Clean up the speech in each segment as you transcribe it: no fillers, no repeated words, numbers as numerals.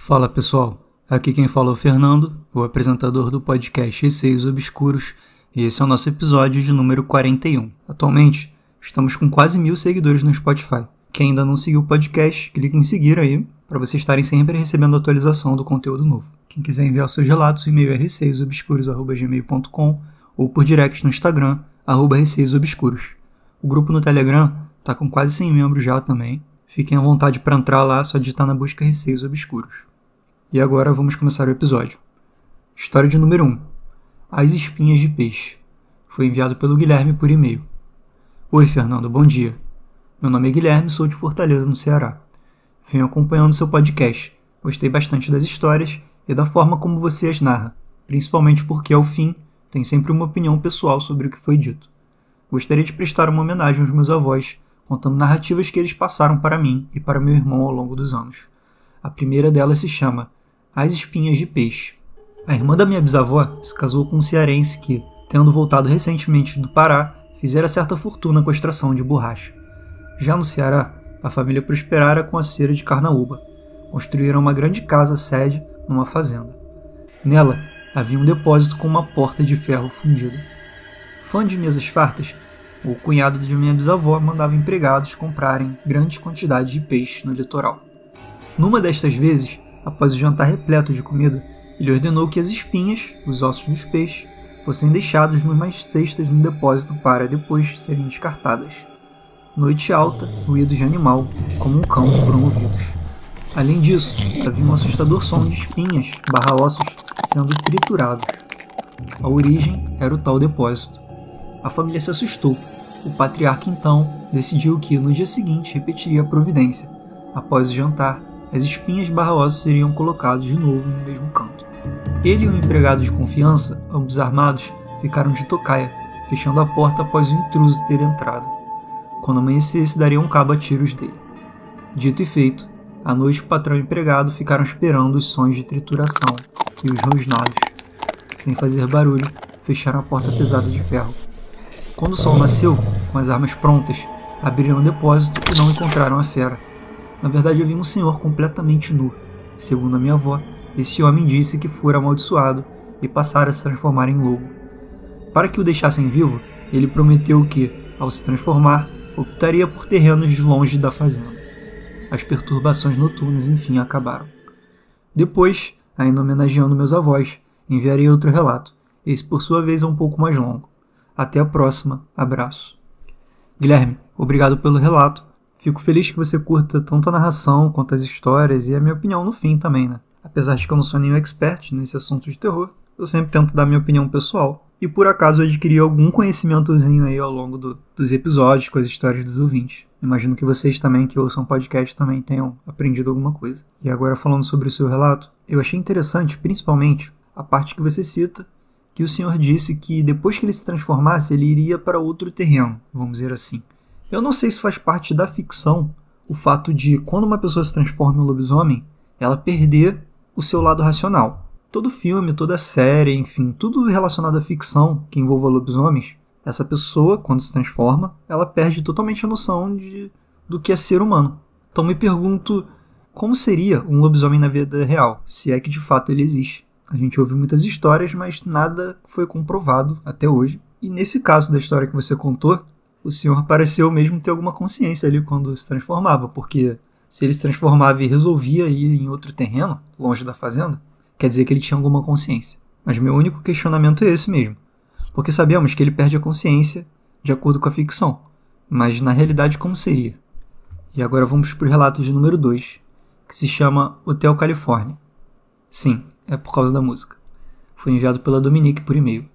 Fala pessoal, aqui quem fala é o Fernando, o apresentador do podcast Receios Obscuros, e esse é o nosso episódio de número 41. Atualmente, estamos com quase 1000 seguidores no Spotify. Quem ainda não seguiu o podcast, clique em seguir aí, para vocês estarem sempre recebendo atualização do conteúdo novo. Quem quiser enviar seus relatos, o e-mail é receiosobscuros@gmail.com ou por direct no Instagram, @receiosobscuros. O grupo no Telegram tá com quase 100 membros já também. Fiquem à vontade para entrar lá, só digitar na busca Receios Obscuros. E agora vamos começar o episódio. História de número 1. As espinhas de peixe. Foi enviado pelo Guilherme por e-mail. Oi Fernando, bom dia. Meu nome é Guilherme, sou de Fortaleza, no Ceará. Venho acompanhando seu podcast. Gostei bastante das histórias e da forma como você as narra, principalmente porque, ao fim, tem sempre uma opinião pessoal sobre o que foi dito. Gostaria de prestar uma homenagem aos meus avós, contando narrativas que eles passaram para mim e para meu irmão ao longo dos anos. A primeira delas se chama As Espinhas de Peixe. A irmã da minha bisavó se casou com um cearense que, tendo voltado recentemente do Pará, fizera certa fortuna com a extração de borracha. Já no Ceará, a família prosperara com a cera de carnaúba. Construíram uma grande casa-sede numa fazenda. Nela, havia um depósito com uma porta de ferro fundida. Fã de mesas fartas, o cunhado de minha bisavó mandava empregados comprarem grandes quantidades de peixe no litoral. Numa destas vezes, após o jantar repleto de comida, ele ordenou que as espinhas, os ossos dos peixes, fossem deixados numas cestas no depósito para depois serem descartadas. Noite alta, ruídos de animal, como um cão, foram ouvidos. Além disso, havia um assustador som de espinhas, ossos, sendo triturados. A origem era o tal depósito. A família se assustou. O patriarca, então, decidiu que, no dia seguinte, repetiria a providência. Após o jantar, as espinhas ossos seriam colocados de novo no mesmo canto. Ele e um empregado de confiança, ambos armados, ficaram de tocaia, fechando a porta após o intruso ter entrado. Quando amanhecesse, dariam cabo a tiros dele. Dito e feito, à noite o patrão e o empregado ficaram esperando os sons de trituração e os rosnados. Sem fazer barulho, fecharam a porta pesada de ferro. Quando o sol nasceu, com as armas prontas, abriram o depósito e não encontraram a fera. Na verdade, havia um senhor completamente nu. Segundo a minha avó, esse homem disse que fora amaldiçoado e passara a se transformar em lobo. Para que o deixassem vivo, ele prometeu que, ao se transformar, optaria por terrenos longe da fazenda. As perturbações noturnas enfim acabaram. Depois, ainda homenageando meus avós, enviarei outro relato. Esse, por sua vez, é um pouco mais longo. Até a próxima. Abraço. Guilherme, obrigado pelo relato. Fico feliz que você curta tanto a narração quanto as histórias e a minha opinião no fim também, né? Apesar de que eu não sou nenhum expert nesse assunto de terror, eu sempre tento dar minha opinião pessoal. E por acaso eu adquiri algum conhecimentozinho aí ao longo dos episódios com as histórias dos ouvintes. Imagino que vocês também, que ouçam podcast, também tenham aprendido alguma coisa. E agora falando sobre o seu relato, eu achei interessante, principalmente, a parte que você cita, que o senhor disse que depois que ele se transformasse, ele iria para outro terreno, vamos dizer assim. Eu não sei se faz parte da ficção o fato de, quando uma pessoa se transforma em um lobisomem, ela perder o seu lado racional. Todo filme, toda série, enfim, tudo relacionado à ficção que envolva lobisomens, essa pessoa, quando se transforma, ela perde totalmente a noção do que é ser humano. Então me pergunto, como seria um lobisomem na vida real, se é que de fato ele existe? A gente ouve muitas histórias, mas nada foi comprovado até hoje. E nesse caso da história que você contou, o senhor pareceu mesmo ter alguma consciência ali quando se transformava, porque se ele se transformava e resolvia ir em outro terreno, longe da fazenda, quer dizer que ele tinha alguma consciência. Mas meu único questionamento é esse mesmo, porque sabemos que ele perde a consciência de acordo com a ficção, mas na realidade como seria? E agora vamos para o relato de número 2, que se chama Hotel Califórnia. Sim, é por causa da música. Foi enviado pela Dominique por e-mail.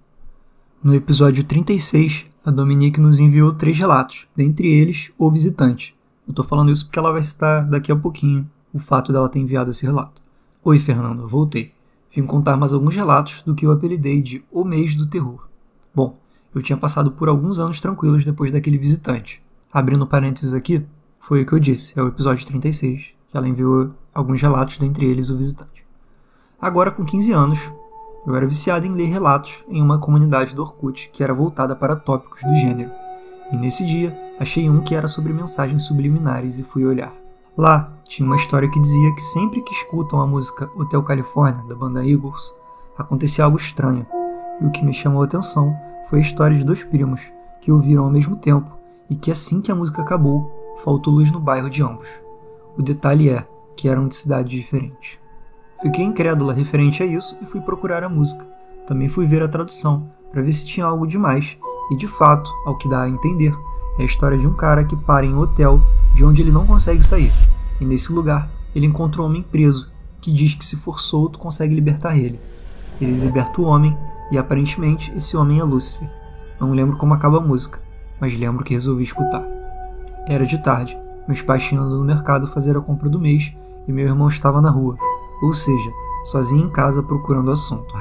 No episódio 36, a Dominique nos enviou 3 relatos, dentre eles O Visitante. Eu tô falando isso porque ela vai citar daqui a pouquinho o fato dela ter enviado esse relato. Oi Fernando, voltei. Vim contar mais alguns relatos do que eu apelidei de O Mês do Terror. Bom, eu tinha passado por alguns anos tranquilos depois daquele visitante. Abrindo parênteses aqui, foi o que eu disse, é o episódio 36, que ela enviou alguns relatos, dentre eles O Visitante. Agora, com 15 anos, eu era viciado em ler relatos em uma comunidade do Orkut que era voltada para tópicos do gênero. E nesse dia, achei um que era sobre mensagens subliminares e fui olhar. Lá tinha uma história que dizia que sempre que escutam a música Hotel California, da banda Eagles, acontecia algo estranho, e o que me chamou a atenção foi a história de 2 primos que ouviram ao mesmo tempo e que assim que a música acabou, faltou luz no bairro de ambos. O detalhe é que eram de cidades diferentes. Fiquei incrédula referente a isso e fui procurar a música. Também fui ver a tradução para ver se tinha algo demais, e de fato, ao que dá a entender, é a história de um cara que para em um hotel de onde ele não consegue sair, e nesse lugar ele encontra um homem preso que diz que se for solto consegue libertar ele. Ele liberta o homem e aparentemente esse homem é Lúcifer. Não lembro como acaba a música, mas lembro que resolvi escutar. Era de tarde, meus pais tinham ido no mercado fazer a compra do mês e meu irmão estava na rua, ou seja, sozinho em casa procurando assunto.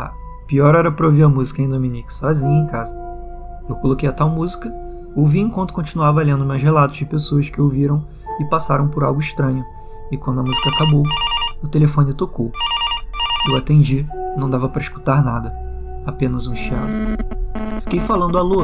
Pior hora pra ouvir a música, hein, Dominique? Sozinho em casa. Eu coloquei a tal música, ouvi enquanto continuava lendo mais relatos de pessoas que ouviram e passaram por algo estranho, e quando a música acabou, o telefone tocou. Eu atendi e não dava para escutar nada, apenas um chiado. Fiquei falando alô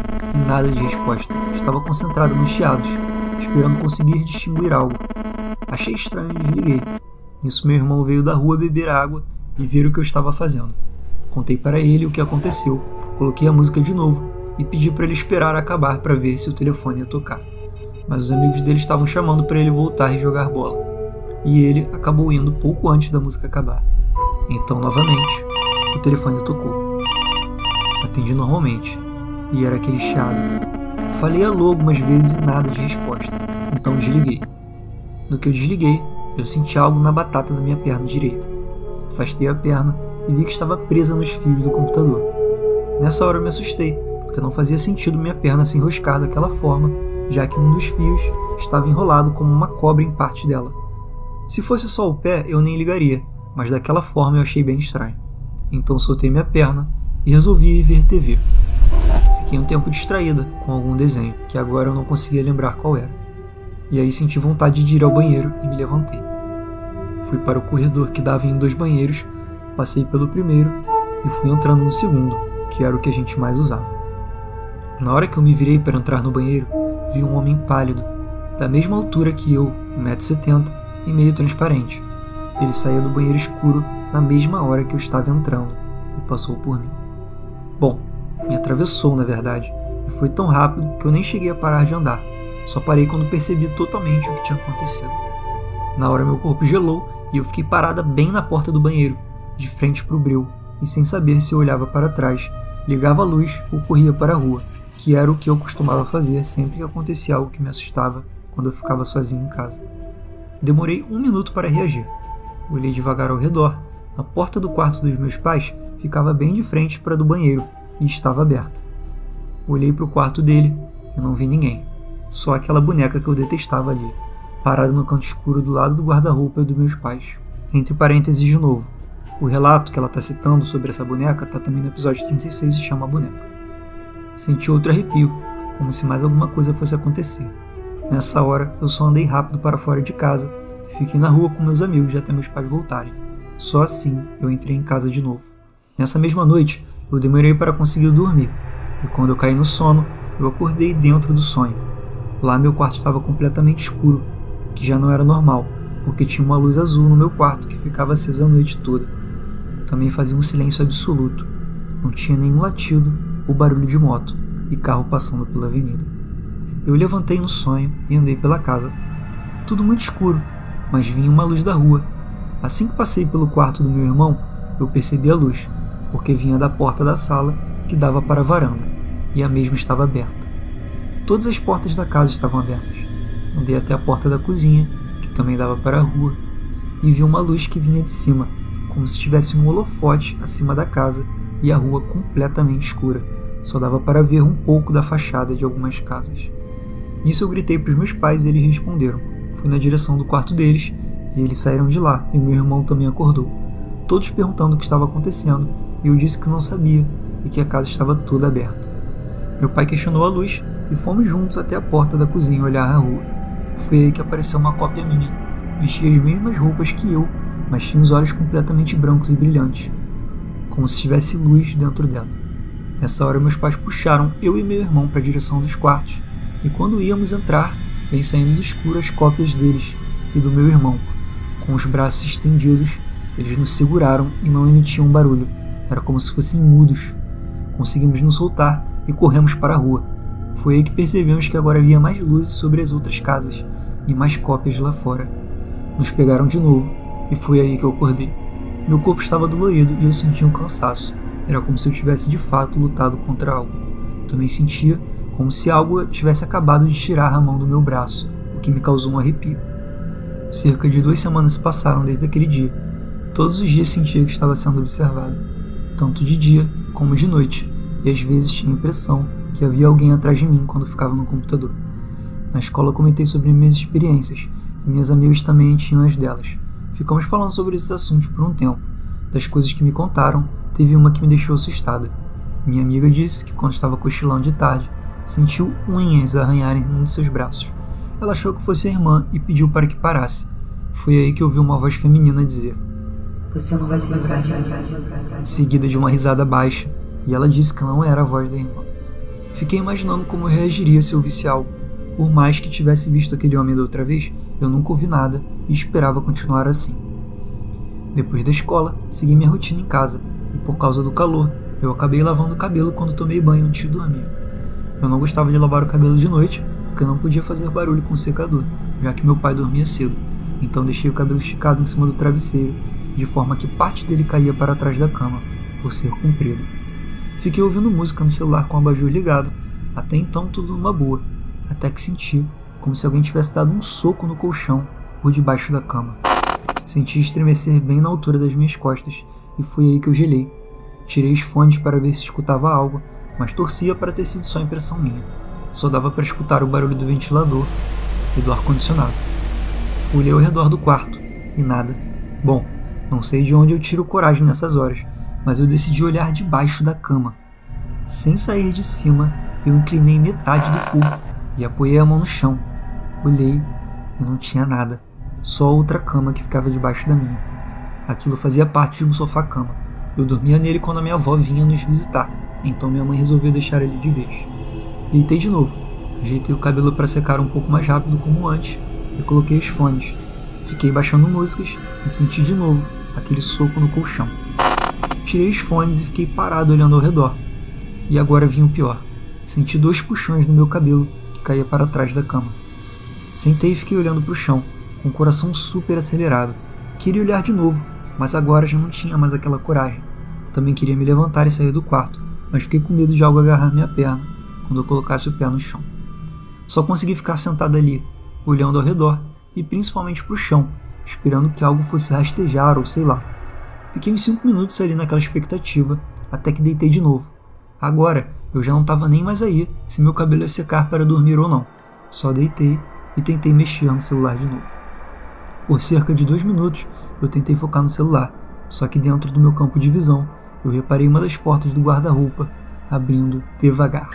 e nada de resposta. Estava concentrado nos chiados, esperando conseguir distinguir algo. Achei estranho e desliguei. Nisso meu irmão veio da rua beber água e ver o que eu estava fazendo. Contei para ele o que aconteceu, coloquei a música de novo e pedi para ele esperar acabar para ver se o telefone ia tocar. Mas os amigos dele estavam chamando para ele voltar e jogar bola. E ele acabou indo pouco antes da música acabar. Então, novamente, o telefone tocou. Atendi normalmente, e era aquele chiado. Falei alô algumas vezes e nada de resposta, então desliguei. No que eu desliguei, eu senti algo na batata da minha perna direita. Afastei a perna e vi que estava presa nos fios do computador. Nessa hora eu me assustei, porque não fazia sentido minha perna se enroscar daquela forma, já que um dos fios estava enrolado como uma cobra em parte dela. Se fosse só o pé, eu nem ligaria, mas daquela forma eu achei bem estranho. Então soltei minha perna e resolvi ir ver TV. Fiquei um tempo distraída com algum desenho, que agora eu não conseguia lembrar qual era. E aí senti vontade de ir ao banheiro e me levantei. Fui para o corredor que dava em 2 banheiros, passei pelo primeiro e fui entrando no segundo, que era o que a gente mais usava. Na hora que eu me virei para entrar no banheiro, vi um homem pálido, da mesma altura que eu, 1,70 m, e meio transparente. Ele saía do banheiro escuro na mesma hora que eu estava entrando e passou por mim. Bom, me atravessou na verdade, e foi tão rápido que eu nem cheguei a parar de andar. Só parei quando percebi totalmente o que tinha acontecido. Na hora meu corpo gelou e eu fiquei parada bem na porta do banheiro, de frente para o breu, e sem saber se eu olhava para trás, ligava a luz ou corria para a rua, que era o que eu costumava fazer sempre que acontecia algo que me assustava quando eu ficava sozinho em casa. Demorei 1 minuto para reagir. Olhei devagar ao redor. A porta do quarto dos meus pais ficava bem de frente para a do banheiro e estava aberta. Olhei para o quarto dele e não vi ninguém. Só aquela boneca que eu detestava ali, parada no canto escuro do lado do guarda-roupa dos meus pais. Entre parênteses de novo. O relato que ela está citando sobre essa boneca está também no episódio 36 e chama a boneca. Senti outro arrepio, como se mais alguma coisa fosse acontecer. Nessa hora, eu só andei rápido para fora de casa e fiquei na rua com meus amigos até meus pais voltarem. Só assim eu entrei em casa de novo. Nessa mesma noite, eu demorei para conseguir dormir, e quando eu caí no sono, eu acordei dentro do sonho. Lá meu quarto estava completamente escuro, que já não era normal, porque tinha uma luz azul no meu quarto que ficava acesa a noite toda. Também fazia um silêncio absoluto. Não tinha nenhum latido ou barulho de moto e carro passando pela avenida. Eu levantei no sonho e andei pela casa. Tudo muito escuro, mas vinha uma luz da rua. Assim que passei pelo quarto do meu irmão, eu percebi a luz, porque vinha da porta da sala que dava para a varanda, e a mesma estava aberta. Todas as portas da casa estavam abertas. Andei até a porta da cozinha, que também dava para a rua, e vi uma luz que vinha de cima, como se tivesse um holofote acima da casa e a rua completamente escura. Só dava para ver um pouco da fachada de algumas casas. Nisso eu gritei para os meus pais e eles responderam. Fui na direção do quarto deles e eles saíram de lá e meu irmão também acordou. Todos perguntando o que estava acontecendo e eu disse que não sabia e que a casa estava toda aberta. Meu pai questionou a luz e fomos juntos até a porta da cozinha olhar a rua. Foi aí que apareceu uma cópia minha. Vestia as mesmas roupas que eu, mas tinha os olhos completamente brancos e brilhantes, como se tivesse luz dentro dela. Nessa hora meus pais puxaram eu e meu irmão para a direção dos quartos, e quando íamos entrar, vem saindo do escuro as cópias deles e do meu irmão. Com os braços estendidos, eles nos seguraram e não emitiam barulho. Era como se fossem mudos. Conseguimos nos soltar e corremos para a rua. Foi aí que percebemos que agora havia mais luzes sobre as outras casas e mais cópias lá fora. Nos pegaram de novo e foi aí que eu acordei. Meu corpo estava dolorido e eu sentia um cansaço. Era como se eu tivesse de fato lutado contra algo. Também sentia como se algo tivesse acabado de tirar a mão do meu braço, o que me causou um arrepio. Cerca de 2 semanas se passaram desde aquele dia. Todos os dias sentia que estava sendo observado, tanto de dia como de noite, e às vezes tinha a impressão que havia alguém atrás de mim quando ficava no computador. Na escola comentei sobre minhas experiências, e minhas amigas também tinham as delas. Ficamos falando sobre esses assuntos por um tempo. Das coisas que me contaram, teve uma que me deixou assustada. Minha amiga disse que quando estava cochilando de tarde, sentiu unhas arranharem um dos seus braços. Ela achou que fosse a irmã e pediu para que parasse. Foi aí que ouviu uma voz feminina dizer: "Você não vai se livrar de mim." Seguida de uma risada baixa, e ela disse que não era a voz da irmã. Fiquei imaginando como eu reagiria se eu visse algo. Por mais que tivesse visto aquele homem da outra vez, eu nunca ouvi nada e esperava continuar assim. Depois da escola, segui minha rotina em casa, e por causa do calor, eu acabei lavando o cabelo quando tomei banho antes de dormir. Eu não gostava de lavar o cabelo de noite, porque eu não podia fazer barulho com o secador, já que meu pai dormia cedo, então deixei o cabelo esticado em cima do travesseiro, de forma que parte dele caía para trás da cama, por ser comprido. Fiquei ouvindo música no celular com o abajur ligado, até então tudo numa boa, até que senti como se alguém tivesse dado um soco no colchão por debaixo da cama. Senti estremecer bem na altura das minhas costas, e foi aí que eu gelei. Tirei os fones para ver se escutava algo, mas torcia para ter sido só impressão minha. Só dava para escutar o barulho do ventilador e do ar-condicionado. Olhei ao redor do quarto, e nada. Bom, não sei de onde eu tiro coragem nessas horas, mas eu decidi olhar debaixo da cama. Sem sair de cima, eu inclinei metade do corpo e apoiei a mão no chão. Olhei e não tinha nada, só outra cama que ficava debaixo da minha. Aquilo fazia parte de um sofá-cama. Eu dormia nele quando a minha avó vinha nos visitar, então minha mãe resolveu deixar ele de vez. Deitei de novo, ajeitei o cabelo para secar um pouco mais rápido como antes e coloquei os fones. Fiquei baixando músicas e senti de novo aquele soco no colchão. Tirei os fones e fiquei parado olhando ao redor. E agora vinha o pior. Senti 2 puxões no meu cabelo que caía para trás da cama. Sentei e fiquei olhando para o chão, com o coração super acelerado. Queria olhar de novo, mas agora já não tinha mais aquela coragem. Também queria me levantar e sair do quarto, mas fiquei com medo de algo agarrar minha perna quando eu colocasse o pé no chão. Só consegui ficar sentado ali, olhando ao redor e principalmente para o chão, esperando que algo fosse rastejar ou sei lá. Fiquei uns 5 minutos ali naquela expectativa, até que deitei de novo. Agora, eu já não estava nem mais aí se meu cabelo ia secar para dormir ou não. Só deitei e tentei mexer no celular de novo. Por cerca de 2 minutos, eu tentei focar no celular, só que dentro do meu campo de visão, eu reparei uma das portas do guarda-roupa abrindo devagar.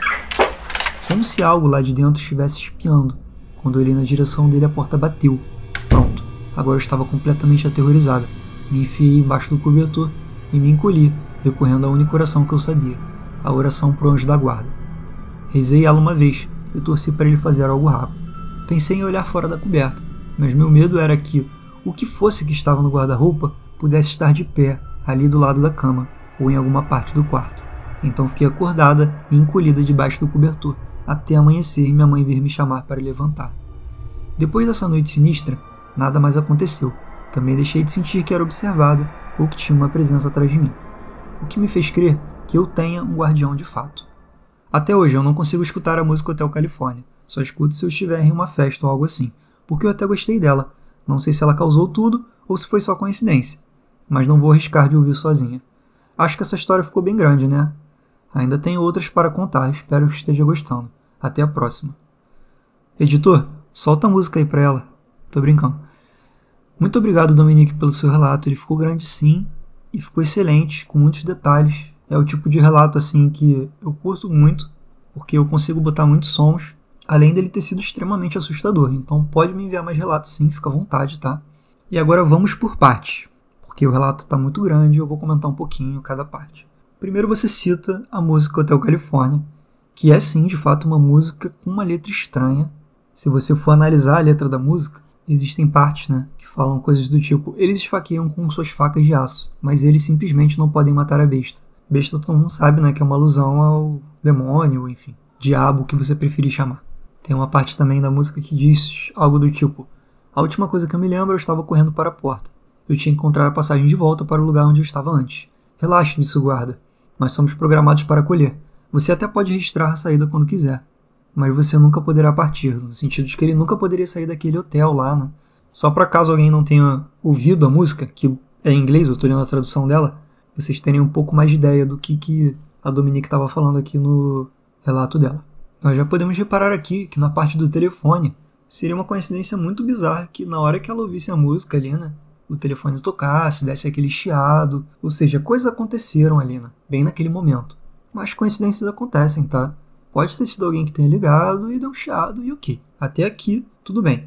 Como se algo lá de dentro estivesse espiando. Quando eu olhei na direção dele, a porta bateu. Pronto, agora eu estava completamente aterrorizada. Me enfiei embaixo do cobertor e me encolhi, recorrendo à única oração que eu sabia, a oração pro anjo da guarda. Rezei ela uma vez e torci para ele fazer algo rápido. Pensei em olhar fora da coberta, mas meu medo era que o que fosse que estava no guarda-roupa pudesse estar de pé, ali do lado da cama, ou em alguma parte do quarto. Então fiquei acordada e encolhida debaixo do cobertor, até amanhecer e minha mãe vir me chamar para levantar. Depois dessa noite sinistra, nada mais aconteceu. Também deixei de sentir que era observado ou que tinha uma presença atrás de mim. O que me fez crer que eu tenha um guardião de fato. Até hoje eu não consigo escutar a música Hotel Califórnia, só escuto se eu estiver em uma festa ou algo assim, porque eu até gostei dela. Não sei se ela causou tudo ou se foi só coincidência, mas não vou arriscar de ouvir sozinha. Acho que essa história ficou bem grande, né? Ainda tenho outras para contar, espero que esteja gostando. Até a próxima. Editor, solta a música aí pra ela. Tô brincando. Muito obrigado, Dominique, pelo seu relato. Ele ficou grande sim, e ficou excelente, com muitos detalhes. É o tipo de relato assim que eu curto muito, porque eu consigo botar muitos sons, além dele ter sido extremamente assustador. Então pode me enviar mais relatos sim, fica à vontade, tá? E agora vamos por partes, porque o relato está muito grande e eu vou comentar um pouquinho cada parte. Primeiro você cita a música Hotel Califórnia, que é sim, de fato, uma música com uma letra estranha, Se você for analisar a letra da música, existem partes, né, que falam coisas do tipo: eles esfaqueiam com suas facas de aço, mas eles simplesmente não podem matar a besta. Besta todo mundo sabe, né, que é uma alusão ao demônio, enfim, diabo, o que você preferir chamar. Tem uma parte também da música que diz algo do tipo: a última coisa que eu me lembro, eu estava correndo para a porta. Eu tinha que encontrar a passagem de volta para o lugar onde eu estava antes. Relaxe, disse o guarda. Nós somos programados para colher. Você até pode registrar a saída quando quiser, mas você nunca poderá partir, no sentido de que ele nunca poderia sair daquele hotel lá, né? Só para caso alguém não tenha ouvido a música, que é em inglês, eu estou lendo a tradução dela, vocês terem um pouco mais de ideia do que a Dominique estava falando aqui no relato dela. Nós já podemos reparar aqui que na parte do telefone seria uma coincidência muito bizarra que na hora que ela ouvisse a música ali, né, o telefone tocasse, desse aquele chiado, ou seja, coisas aconteceram ali, né, bem naquele momento. Mas coincidências acontecem, tá? Pode ter sido alguém que tenha ligado e deu um chiado e ok. Até aqui, tudo bem.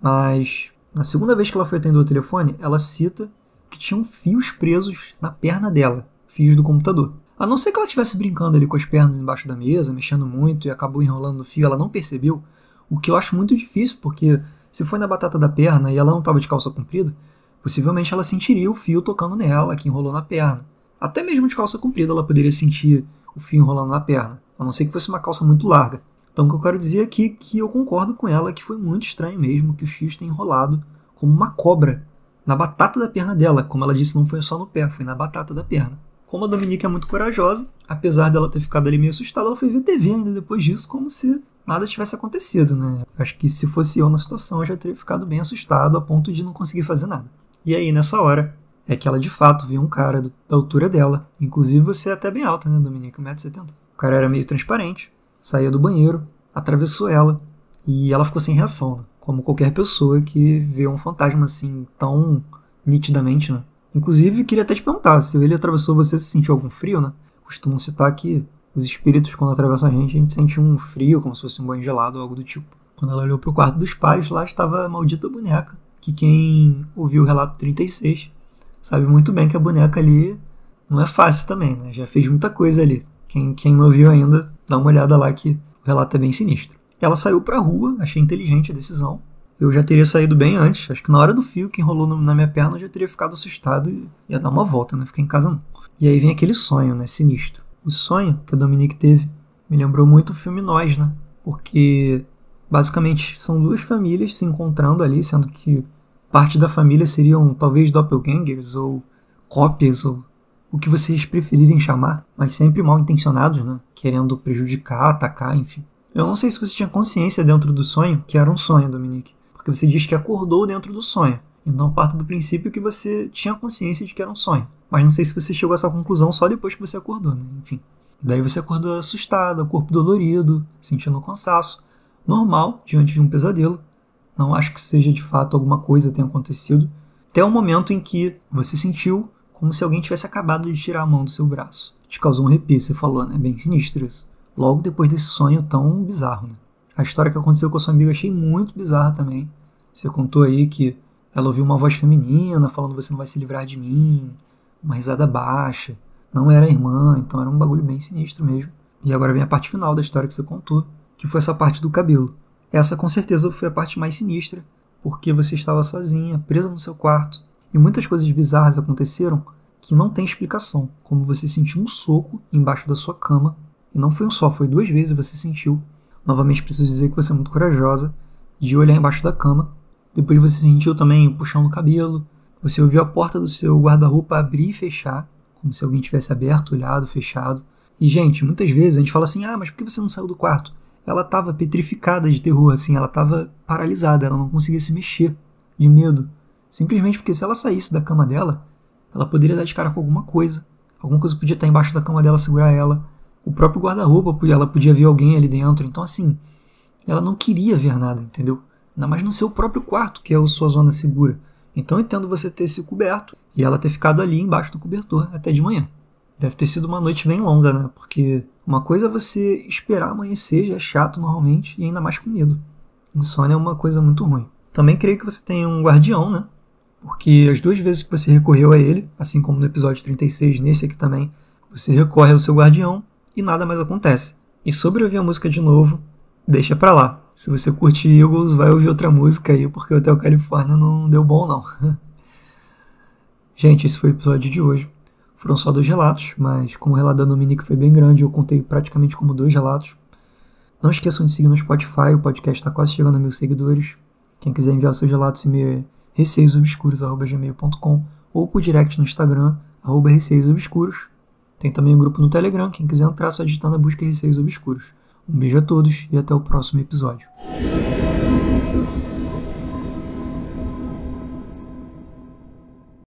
Mas na segunda vez que ela foi atender o telefone, ela cita que tinham fios presos na perna dela, fios do computador. A não ser que ela estivesse brincando ali com as pernas embaixo da mesa, mexendo muito e acabou enrolando no fio, ela não percebeu, o que eu acho muito difícil, porque se foi na batata da perna e ela não estava de calça comprida, possivelmente ela sentiria o fio tocando nela, que enrolou na perna. Até mesmo de calça comprida ela poderia sentir o fio enrolando na perna, a não ser que fosse uma calça muito larga. Então o que eu quero dizer aqui é que eu concordo com ela que foi muito estranho mesmo que os fios tenham enrolado como uma cobra na batata da perna dela. Como ela disse, não foi só no pé, foi na batata da perna. Como a Dominique é muito corajosa, apesar dela ter ficado ali meio assustada, ela foi ver TV ainda depois disso, como se nada tivesse acontecido, né? Acho que se fosse eu na situação, eu já teria ficado bem assustado a ponto de não conseguir fazer nada. E aí, nessa hora, é que ela de fato viu um cara da altura dela. Inclusive, você é até bem alta, né, Dominique? 1,70 m. O cara era meio transparente, saía do banheiro, atravessou ela, e ela ficou sem reação, né? Como qualquer pessoa que vê um fantasma assim, tão nitidamente, né? Inclusive, queria até te perguntar, se ele atravessou você sentiu algum frio, né? Costumam citar que os espíritos, quando atravessam a gente sente um frio, como se fosse um banho gelado ou algo do tipo. Quando ela olhou pro quarto dos pais, lá estava a maldita boneca, que quem ouviu o relato 36 sabe muito bem que a boneca ali não é fácil também, né? Já fez muita coisa ali. Quem não ouviu ainda, dá uma olhada lá que o relato é bem sinistro. Ela saiu pra rua, achei inteligente a decisão. Eu já teria saído bem antes, acho que na hora do fio que enrolou na minha perna eu já teria ficado assustado e ia dar uma volta, não ficar em casa não. E aí vem aquele sonho, né, sinistro. O sonho que a Dominique teve me lembrou muito o filme Nós, né, porque basicamente são duas famílias se encontrando ali, sendo que parte da família seriam talvez doppelgangers ou cópias ou o que vocês preferirem chamar, mas sempre mal intencionados, né, querendo prejudicar, atacar, enfim. Eu não sei se você tinha consciência dentro do sonho que era um sonho, Dominique, porque você diz que acordou dentro do sonho. Então parto do princípio que você tinha consciência de que era um sonho. Mas não sei se você chegou a essa conclusão só depois que você acordou, né? Enfim. Daí você acordou assustada, corpo dolorido, sentindo cansaço. Normal, diante de um pesadelo. Não acho que seja de fato alguma coisa tenha acontecido. Até o momento em que você sentiu como se alguém tivesse acabado de tirar a mão do seu braço. Te causou um arrepio, você falou, né? Bem sinistro isso. Logo depois desse sonho tão bizarro, né? A história que aconteceu com a sua amiga achei muito bizarra também. Você contou aí que ela ouviu uma voz feminina falando: você não vai se livrar de mim, uma risada baixa, não era a irmã, então era um bagulho bem sinistro mesmo. E agora vem a parte final da história que você contou, que foi essa parte do cabelo. Essa com certeza foi a parte mais sinistra, porque você estava sozinha, presa no seu quarto, e muitas coisas bizarras aconteceram que não tem explicação, como você sentiu um soco embaixo da sua cama, e não foi um só, foi 2 vezes você sentiu. Novamente preciso dizer que você é muito corajosa de olhar embaixo da cama. Depois você sentiu também o puxão no cabelo. Você ouviu a porta do seu guarda-roupa abrir e fechar, como se alguém tivesse aberto, olhado, fechado. E, gente, muitas vezes a gente fala assim: ah, mas por que você não saiu do quarto? Ela estava petrificada de terror, assim, ela estava paralisada, ela não conseguia se mexer de medo. Simplesmente porque se ela saísse da cama dela, ela poderia dar de cara com alguma coisa podia estar embaixo da cama dela, segurar ela. O próprio guarda-roupa, ela podia ver alguém ali dentro. Então, assim, ela não queria ver nada, entendeu? Ainda mais no seu próprio quarto, que é a sua zona segura. Então, eu entendo você ter se coberto e ela ter ficado ali embaixo do cobertor até de manhã. Deve ter sido uma noite bem longa, né? Porque uma coisa é você esperar amanhecer, já é chato normalmente, e ainda mais com medo. Insônia é uma coisa muito ruim. Também creio que você tem um guardião, né? Porque as 2 vezes que você recorreu a ele, assim como no episódio 36, nesse aqui também, você recorre ao seu guardião e nada mais acontece. E sobre ouvir a música de novo, deixa pra lá. Se você curte Eagles, vai ouvir outra música aí, porque o Hotel Califórnia não deu bom, não. Gente, esse foi o episódio de hoje. Foram só 2 relatos, mas como o relato da Dominique foi bem grande, eu contei praticamente como 2 relatos. Não esqueçam de seguir no Spotify, o podcast está quase chegando a 1000 seguidores. Quem quiser enviar seus relatos, e-mail é receiosobscuros@gmail.com ou por direct no Instagram, @receiosobscuros. Tem também um grupo no Telegram, quem quiser entrar só digitar na busca Receios Obscuros. Um beijo a todos e até o próximo episódio.